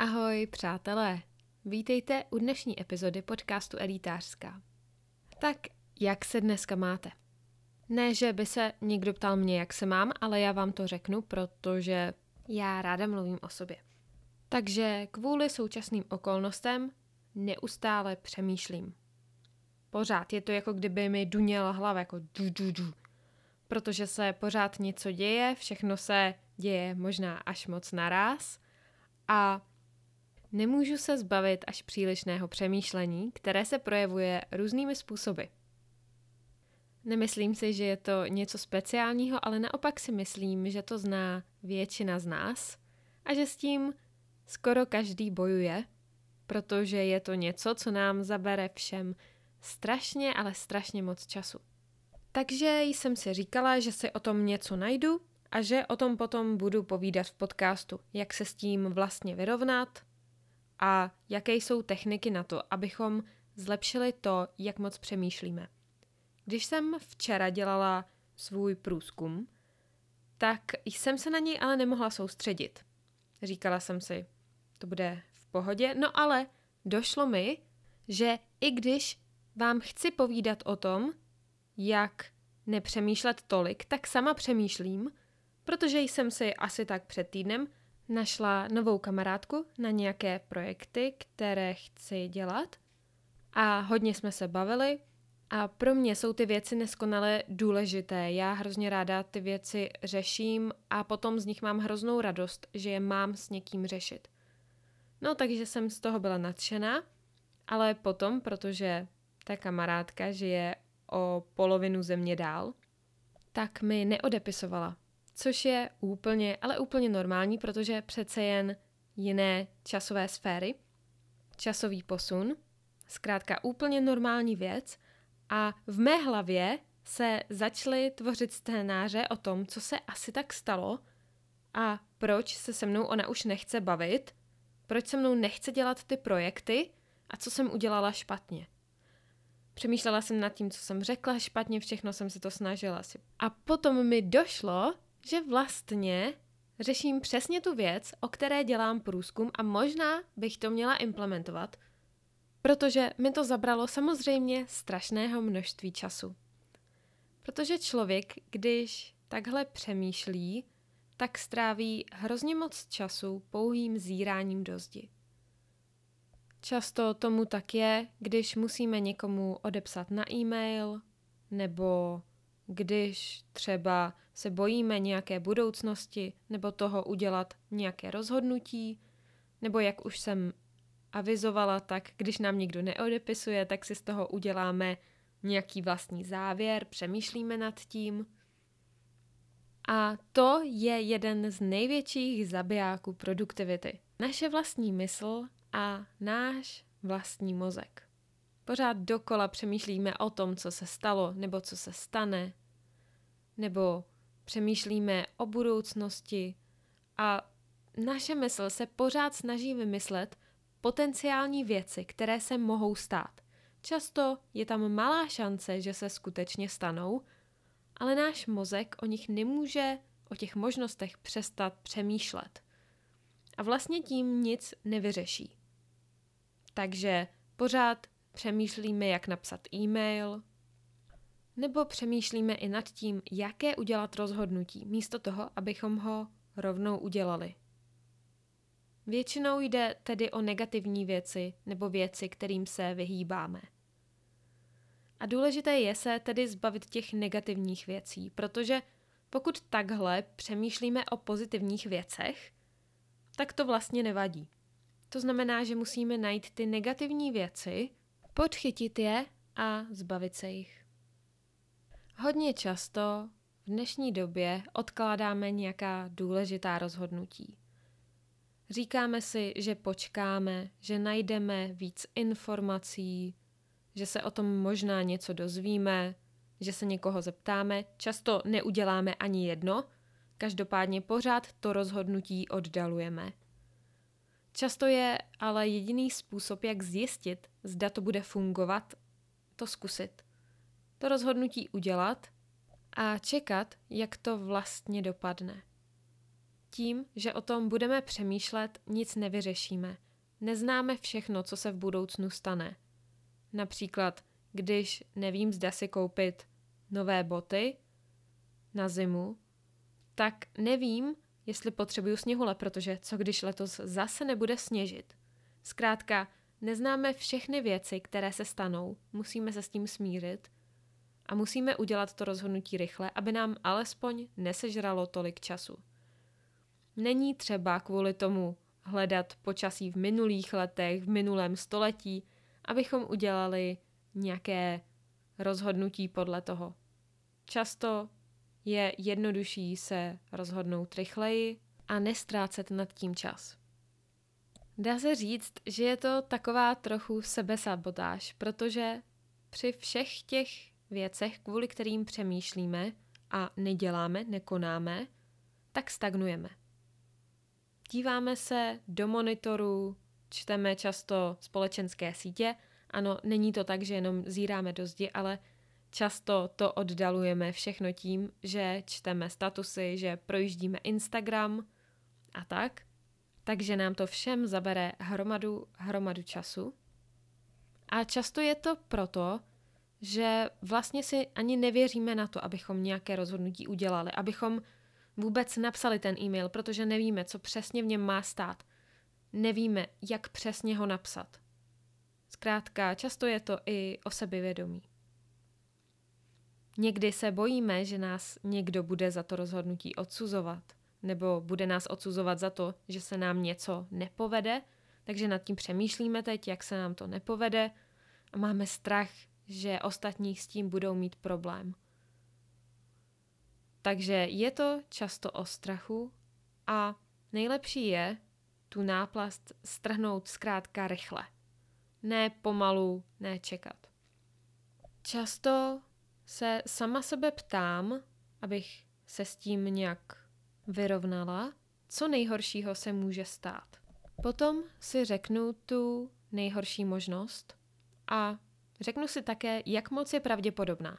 Ahoj, přátelé. Vítejte u dnešní epizody podcastu Elitářská. Tak, jak se dneska máte? Ne, že by se někdo ptal mě, jak se mám, ale já vám to řeknu, protože já ráda mluvím o sobě. Takže kvůli současným okolnostem neustále přemýšlím. Pořád je to jako kdyby mi duněla hlava, jako du. Protože se pořád něco děje, všechno se děje možná až moc naráz a nemůžu se zbavit až přílišného přemýšlení, které se projevuje různými způsoby. Nemyslím si, že je to něco speciálního, ale naopak si myslím, že to zná většina z nás a že s tím skoro každý bojuje, protože je to něco, co nám zabere všem strašně, ale strašně moc času. Takže jsem si říkala, že si o tom něco najdu a že o tom potom budu povídat v podcastu, jak se s tím vlastně vyrovnat a jaké jsou techniky na to, abychom zlepšili to, jak moc přemýšlíme. Když jsem včera dělala svůj průzkum, tak jsem se na něj ale nemohla soustředit. Říkala jsem si, to bude v pohodě, no ale došlo mi, že i když vám chci povídat o tom, jak nepřemýšlet tolik, tak sama přemýšlím, protože jsem si asi tak před týdnem našla novou kamarádku na nějaké projekty, které chci dělat a hodně jsme se bavili a pro mě jsou ty věci neskonale důležité. Já hrozně ráda ty věci řeším a potom z nich mám hroznou radost, že je mám s někým řešit. No takže jsem z toho byla nadšená, ale potom, protože ta kamarádka žije o polovinu země dál, tak mi neodepisovala. Což je úplně normální, protože přece jen jiné časové sféry, časový posun, zkrátka úplně normální věc a v mé hlavě se začaly tvořit scénáře o tom, co se asi tak stalo a proč se mnou ona už nechce bavit, proč se mnou nechce dělat ty projekty a co jsem udělala špatně. Přemýšlela jsem nad tím, co jsem řekla špatně, všechno jsem se to snažila si. A potom mi došlo, že vlastně řeším přesně tu věc, o které dělám průzkum a možná bych to měla implementovat, protože mi to zabralo samozřejmě strašného množství času. Protože člověk, když takhle přemýšlí, tak stráví hrozně moc času pouhým zíráním do zdi. Často tomu tak je, když musíme někomu odepsat na e-mail, nebo když třeba se bojíme nějaké budoucnosti, nebo toho udělat nějaké rozhodnutí, nebo jak už jsem avizovala, tak když nám někdo neodepisuje, tak si z toho uděláme nějaký vlastní závěr, přemýšlíme nad tím. A to je jeden z největších zabijáků produktivity. Naše vlastní mysl a náš vlastní mozek. Pořád dokola přemýšlíme o tom, co se stalo, nebo co se stane, nebo přemýšlíme o budoucnosti a naše mysl se pořád snaží vymyslet potenciální věci, které se mohou stát. Často je tam malá šance, že se skutečně stanou, ale náš mozek o nich nemůže, o těch možnostech přestat přemýšlet. A vlastně tím nic nevyřeší. Takže pořád přemýšlíme, jak napsat e-mail, nebo přemýšlíme i nad tím, jaké udělat rozhodnutí, místo toho, abychom ho rovnou udělali. Většinou jde tedy o negativní věci nebo věci, kterým se vyhýbáme. A důležité je se tedy zbavit těch negativních věcí, protože pokud takhle přemýšlíme o pozitivních věcech, tak to vlastně nevadí. To znamená, že musíme najít ty negativní věci, podchytit je a zbavit se jich. Hodně často v dnešní době odkládáme nějaká důležitá rozhodnutí. Říkáme si, že počkáme, že najdeme víc informací, že se o tom možná něco dozvíme, že se někoho zeptáme. Často neuděláme ani jedno, každopádně pořád to rozhodnutí oddalujeme. Často je ale jediný způsob, jak zjistit, zda to bude fungovat, to zkusit. To rozhodnutí udělat a čekat, jak to vlastně dopadne. Tím, že o tom budeme přemýšlet, nic nevyřešíme. Neznáme všechno, co se v budoucnu stane. Například, když nevím, zda si koupit nové boty na zimu, tak nevím, jestli potřebuju sněhule, protože co když letos zase nebude sněžit. Zkrátka, neznáme všechny věci, které se stanou, musíme se s tím smířit a musíme udělat to rozhodnutí rychle, aby nám alespoň nesežralo tolik času. Není třeba kvůli tomu hledat počasí v minulých letech, v minulém století, abychom udělali nějaké rozhodnutí podle toho. Často je jednodušší se rozhodnout rychleji a nestrácet nad tím čas. Dá se říct, že je to taková trochu sebesabotáž, protože při všech těch věcech, kvůli kterým přemýšlíme a neděláme, nekonáme, tak stagnujeme. Díváme se do monitoru, čteme často společenské sítě. Ano, není to tak, že jenom zíráme do zdi, ale často to oddalujeme všechno tím, že čteme statusy, že projíždíme Instagram a tak. Takže nám to všem zabere hromadu času. A často je to proto, že vlastně si ani nevěříme na to, abychom nějaké rozhodnutí udělali, abychom vůbec napsali ten e-mail, protože nevíme, co přesně v něm má stát. Nevíme, jak přesně ho napsat. Zkrátka, často je to i o sebevědomí. Někdy se bojíme, že nás někdo bude za to rozhodnutí odsuzovat, nebo bude nás odsuzovat za to, že se nám něco nepovede, takže nad tím přemýšlíme teď, jak se nám to nepovede a máme strach, že ostatní s tím budou mít problém. Takže je to často o strachu a nejlepší je tu náplast strhnout zkrátka rychle. Ne pomalu, ne čekat. Často se sama sebe ptám, abych se s tím nějak vyrovnala, co nejhoršího se může stát. Potom si řeknu tu nejhorší možnost a řeknu si také, jak moc je pravděpodobná.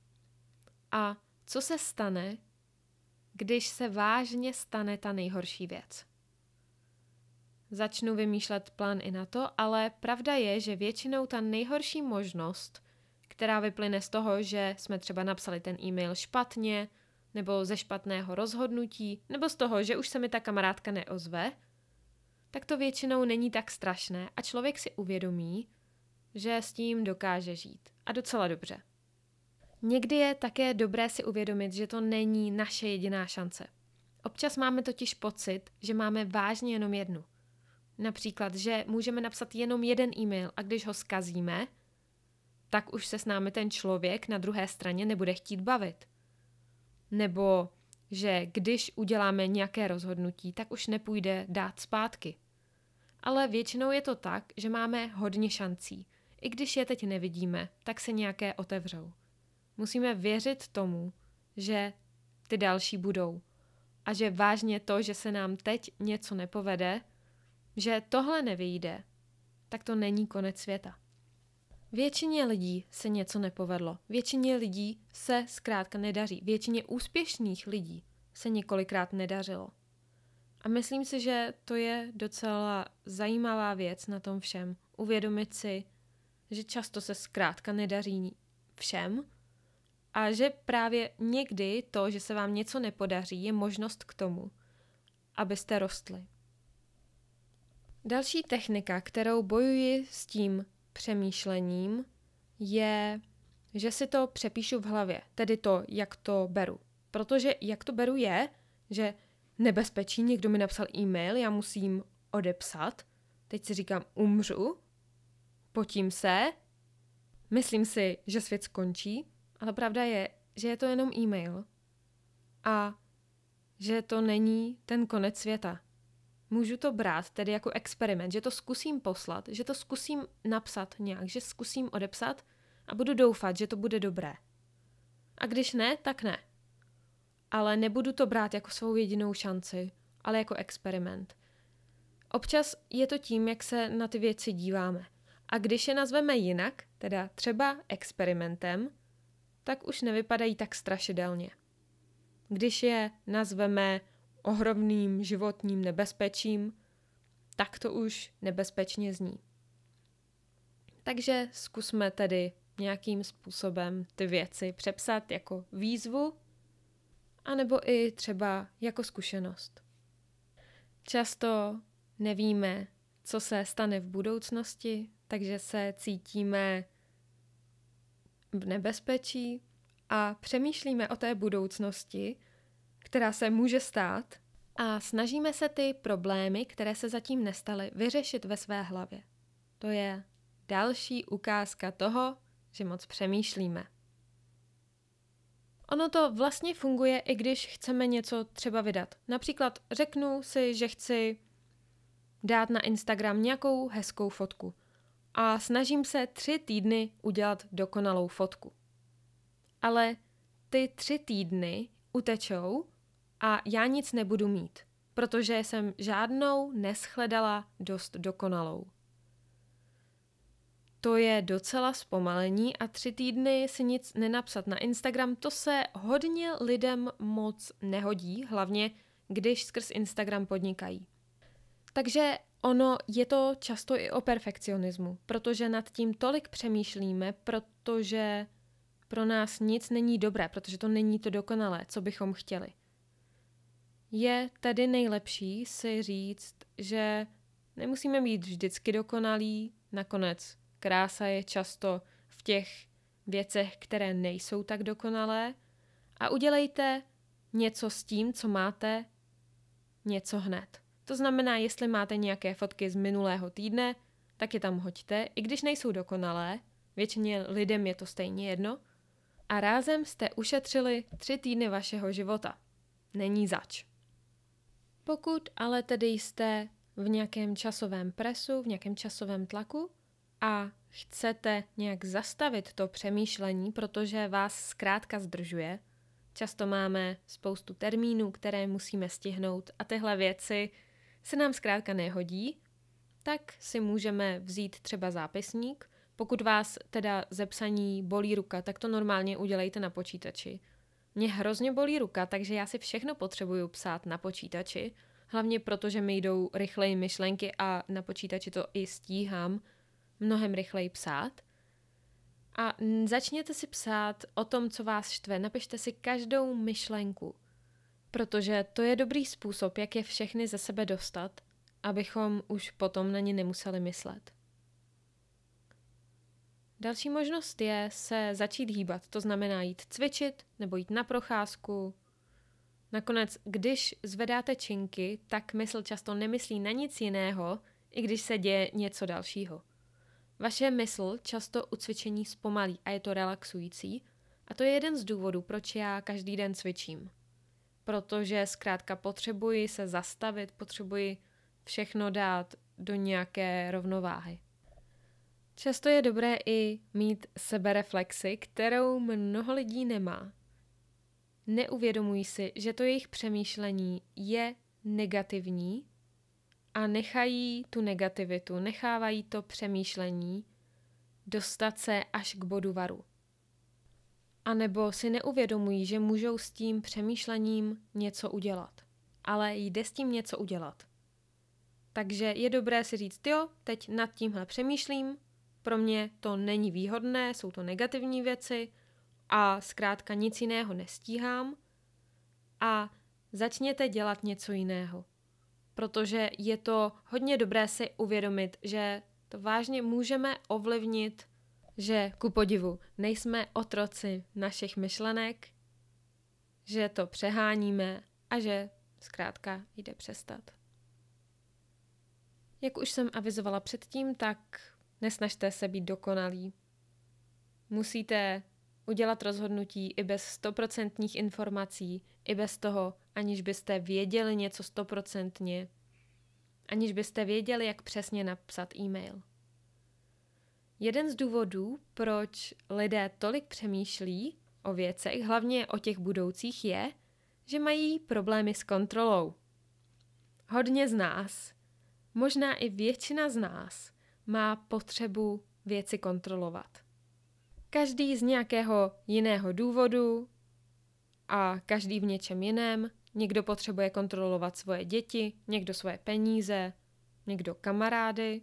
A co se stane, když se vážně stane ta nejhorší věc. Začnu vymýšlet plán i na to, ale pravda je, že většinou ta nejhorší možnost, která vyplyne z toho, že jsme třeba napsali ten e-mail špatně, nebo ze špatného rozhodnutí, nebo z toho, že už se mi ta kamarádka neozve, tak to většinou není tak strašné a člověk si uvědomí, že s tím dokáže žít. A docela dobře. Někdy je také dobré si uvědomit, že to není naše jediná šance. Občas máme totiž pocit, že máme vážně jenom jednu. Například, že můžeme napsat jenom jeden e-mail a když ho zkazíme, tak už se s námi ten člověk na druhé straně nebude chtít bavit. Nebo že když uděláme nějaké rozhodnutí, tak už nepůjde dát zpátky. Ale většinou je to tak, že máme hodně šancí. I když je teď nevidíme, tak se nějaké otevřou. Musíme věřit tomu, že ty další budou. A že vážně to, že se nám teď něco nepovede, že tohle nevyjde, tak to není konec světa. Většině lidí se něco nepovedlo. Většině lidí se zkrátka nedaří. Většině úspěšných lidí se několikrát nedařilo. A myslím si, že to je docela zajímavá věc na tom všem. Uvědomit si, že často se zkrátka nedaří všem a že právě někdy to, že se vám něco nepodaří, je možnost k tomu, abyste rostli. Další technika, kterou bojuji s tím přemýšlením, je, že si to přepíšu v hlavě, tedy to, jak to beru. Protože jak to beru je, že nebezpečí, někdo mi napsal e-mail, já musím odepsat, teď si říkám umřu, potím se, myslím si, že svět skončí, ale pravda je, že je to jenom e-mail a že to není ten konec světa. Můžu to brát tedy jako experiment, že to zkusím poslat, že to zkusím napsat nějak, že zkusím odepsat a budu doufat, že to bude dobré. A když ne, tak ne. Ale nebudu to brát jako svou jedinou šanci, ale jako experiment. Občas je to tím, jak se na ty věci díváme. A když je nazveme jinak, teda třeba experimentem, tak už nevypadají tak strašidelně. Když je nazveme ohromným životním nebezpečím, tak to už nebezpečně zní. Takže zkusme tedy nějakým způsobem ty věci přepsat jako výzvu, anebo i třeba jako zkušenost. Často nevíme, co se stane v budoucnosti, takže se cítíme v nebezpečí a přemýšlíme o té budoucnosti, která se může stát, a snažíme se ty problémy, které se zatím nestaly, vyřešit ve své hlavě. To je další ukázka toho, že moc přemýšlíme. Ono to vlastně funguje, i když chceme něco třeba vydat. Například řeknu si, že chci dát na Instagram nějakou hezkou fotku a snažím se 3 týdny udělat dokonalou fotku. Ale ty 3 týdny utečou a já nic nebudu mít, protože jsem žádnou neschledala dost dokonalou. To je docela zpomalení a 3 týdny si nic nenapsat na Instagram, to se hodně lidem moc nehodí, hlavně když skrz Instagram podnikají. Takže ono je to často i o perfekcionismu, protože nad tím tolik přemýšlíme, protože pro nás nic není dobré, protože to není to dokonalé, co bychom chtěli. Je tedy nejlepší si říct, že nemusíme být vždycky dokonalí, nakonec krása je často v těch věcech, které nejsou tak dokonalé, a udělejte něco s tím, co máte, něco hned. To znamená, jestli máte nějaké fotky z minulého týdne, tak je tam hoďte, i když nejsou dokonalé, většině lidem je to stejně jedno, a rázem jste ušetřili 3 týdny vašeho života. Není zač. Pokud ale tedy jste v nějakém časovém presu, v nějakém časovém tlaku a chcete nějak zastavit to přemýšlení, protože vás zkrátka zdržuje, často máme spoustu termínů, které musíme stihnout a tyhle věci se nám zkrátka nehodí, tak si můžeme vzít třeba zápisník. Pokud vás teda ze psaní bolí ruka, tak to normálně udělejte na počítači. Mě hrozně bolí ruka, takže já si všechno potřebuju psát na počítači, hlavně protože mi jdou rychleji myšlenky a na počítači to i stíhám mnohem rychleji psát. A začněte si psát o tom, co vás štve. Napište si každou myšlenku, protože to je dobrý způsob, jak je všechny ze sebe dostat, abychom už potom na ně nemuseli myslet. Další možnost je se začít hýbat, to znamená jít cvičit nebo jít na procházku. Nakonec, když zvedáte činky, tak mysl často nemyslí na nic jiného, i když se děje něco dalšího. Vaše mysl často u cvičení zpomalí a je to relaxující, a to je jeden z důvodů, proč já každý den cvičím. Protože zkrátka potřebuji se zastavit, potřebuji všechno dát do nějaké rovnováhy. Často je dobré i mít sebereflexi, kterou mnoho lidí nemá. Neuvědomují si, že to jejich přemýšlení je negativní a nechají tu negativitu, nechávají to přemýšlení dostat se až k bodu varu. A nebo si neuvědomují, že můžou s tím přemýšlením něco udělat. Ale jde s tím něco udělat. Takže je dobré si říct, jo, teď nad tímhle přemýšlím, pro mě to není výhodné, jsou to negativní věci a zkrátka nic jiného nestíhám, a začněte dělat něco jiného. Protože je to hodně dobré si uvědomit, že to vážně můžeme ovlivnit, že ku podivu nejsme otroci našich myšlenek, že to přeháníme a že zkrátka jde přestat. Jak už jsem avizovala předtím, tak nesnažte se být dokonalí. Musíte udělat rozhodnutí i bez 100% informací, i bez toho, aniž byste věděli něco 100%, aniž byste věděli, jak přesně napsat e-mail. Jeden z důvodů, proč lidé tolik přemýšlí o věcech, hlavně o těch budoucích, je, že mají problémy s kontrolou. Hodně z nás, možná i většina z nás, má potřebu věci kontrolovat. Každý z nějakého jiného důvodu a každý v něčem jiném, někdo potřebuje kontrolovat svoje děti, někdo svoje peníze, někdo kamarády.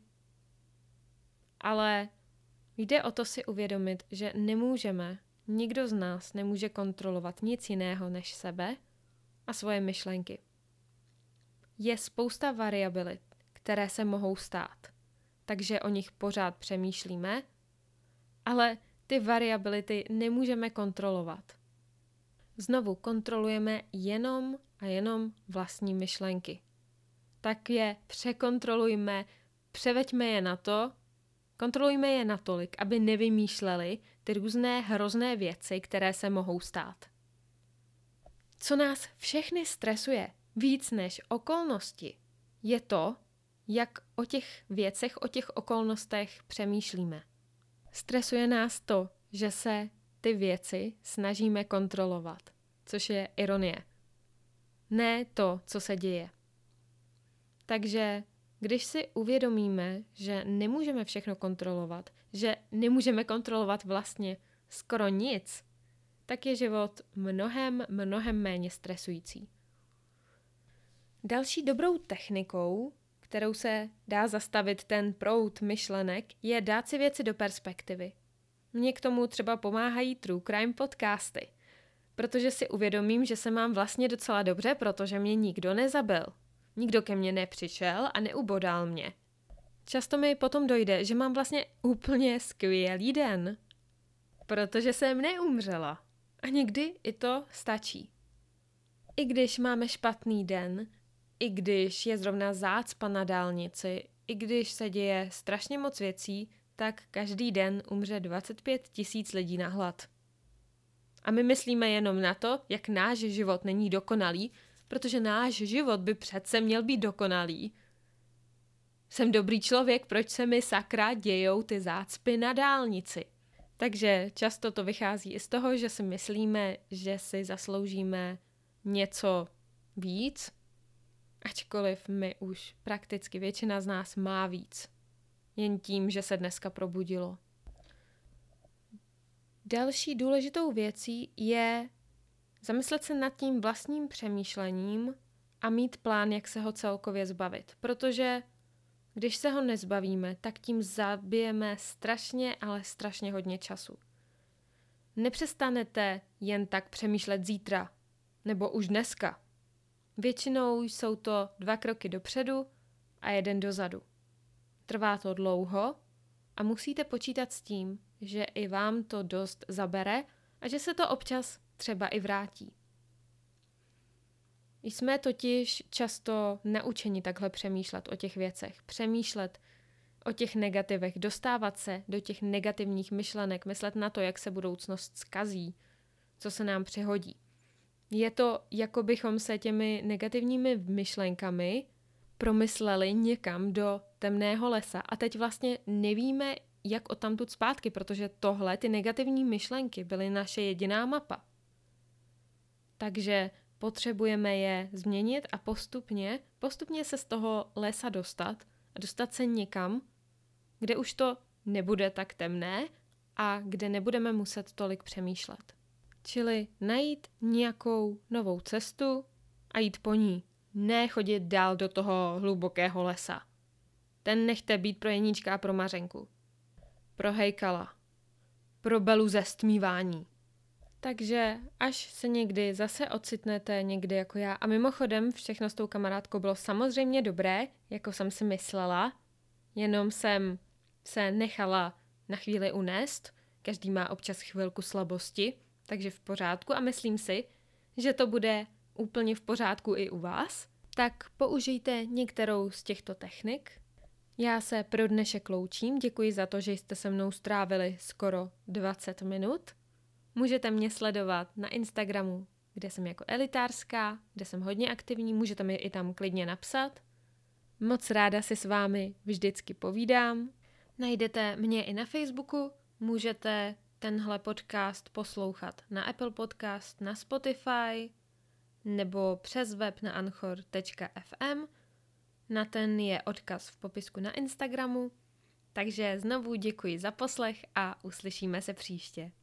Ale jde o to si uvědomit, že nikdo z nás nemůže kontrolovat nic jiného než sebe a svoje myšlenky. Je spousta variabilit, které se mohou stát, takže o nich pořád přemýšlíme, ale ty variability nemůžeme kontrolovat. Znovu kontrolujeme jenom a jenom vlastní myšlenky. Tak je překontrolujme, převeďme je na to, kontrolujme je natolik, aby nevymýšleli ty různé hrozné věci, které se mohou stát. Co nás všechny stresuje víc než okolnosti, je to, jak o těch věcech, o těch okolnostech přemýšlíme. Stresuje nás to, že se ty věci snažíme kontrolovat, což je ironie. Ne to, co se děje. Takže když si uvědomíme, že nemůžeme všechno kontrolovat, že nemůžeme kontrolovat vlastně skoro nic, tak je život mnohem méně stresující. Další dobrou technikou, kterou se dá zastavit ten proud myšlenek, je dát si věci do perspektivy. Mně k tomu třeba pomáhají true crime podcasty, protože si uvědomím, že se mám vlastně docela dobře, protože mě nikdo nezabil. Nikdo ke mně nepřišel a neubodal mě. Často mi potom dojde, že mám vlastně úplně skvělý den, protože jsem neumřela. A někdy i to stačí. I když máme špatný den, i když je zrovna zácpa na dálnici, i když se děje strašně moc věcí, tak každý den umře 25 000 lidí na hlad. A my myslíme jenom na to, jak náš život není dokonalý, protože náš život by přece měl být dokonalý. Jsem dobrý člověk, proč se mi sakra dějou ty zácpy na dálnici? Takže často to vychází i z toho, že si myslíme, že si zasloužíme něco víc, ačkoliv my už prakticky většina z nás má víc. Jen tím, že se dneska probudilo. Další důležitou věcí je zamyslet se nad tím vlastním přemýšlením a mít plán, jak se ho celkově zbavit. Protože když se ho nezbavíme, tak tím zabijeme strašně hodně času. Nepřestanete jen tak přemýšlet zítra nebo už dneska. Většinou jsou to 2 kroky dopředu a 1 dozadu. Trvá to dlouho a musíte počítat s tím, že i vám to dost zabere a že se to občas třeba i vrátí. Jsme totiž často naučeni takhle přemýšlet o těch věcech, přemýšlet o těch negativech, dostávat se do těch negativních myšlenek, myslet na to, jak se budoucnost zkazí, co se nám přihodí. Je to, jako bychom se těmi negativními myšlenkami promysleli někam do temného lesa a teď vlastně nevíme, jak odtamtud zpátky, protože ty negativní myšlenky byly naše jediná mapa. Takže potřebujeme je změnit a postupně se z toho lesa dostat a dostat se někam, kde už to nebude tak temné a kde nebudeme muset tolik přemýšlet. Čili najít nějakou novou cestu a jít po ní. Ne chodit dál do toho hlubokého lesa. Ten nechte být pro Jeníčka a pro Mařenku. Pro Hejkala. Pro Belu ze stmívání. Takže až se někdy zase ocitnete někdy jako já. A mimochodem všechno s tou kamarádkou bylo samozřejmě dobré, jako jsem si myslela. Jenom jsem se nechala na chvíli unést. Každý má občas chvilku slabosti, takže v pořádku. A myslím si, že to bude úplně v pořádku i u vás. Tak použijte některou z těchto technik. Já se pro dnešek loučím. Děkuji za to, že jste se mnou strávili skoro 20 minut. Můžete mě sledovat na Instagramu, kde jsem jako elitářská, kde jsem hodně aktivní, můžete mi i tam klidně napsat. Moc ráda si s vámi vždycky povídám. Najdete mě i na Facebooku, můžete tenhle podcast poslouchat na Apple Podcast, na Spotify nebo přes web na anchor.fm. Na ten je odkaz v popisku na Instagramu. Takže znovu děkuji za poslech a uslyšíme se příště.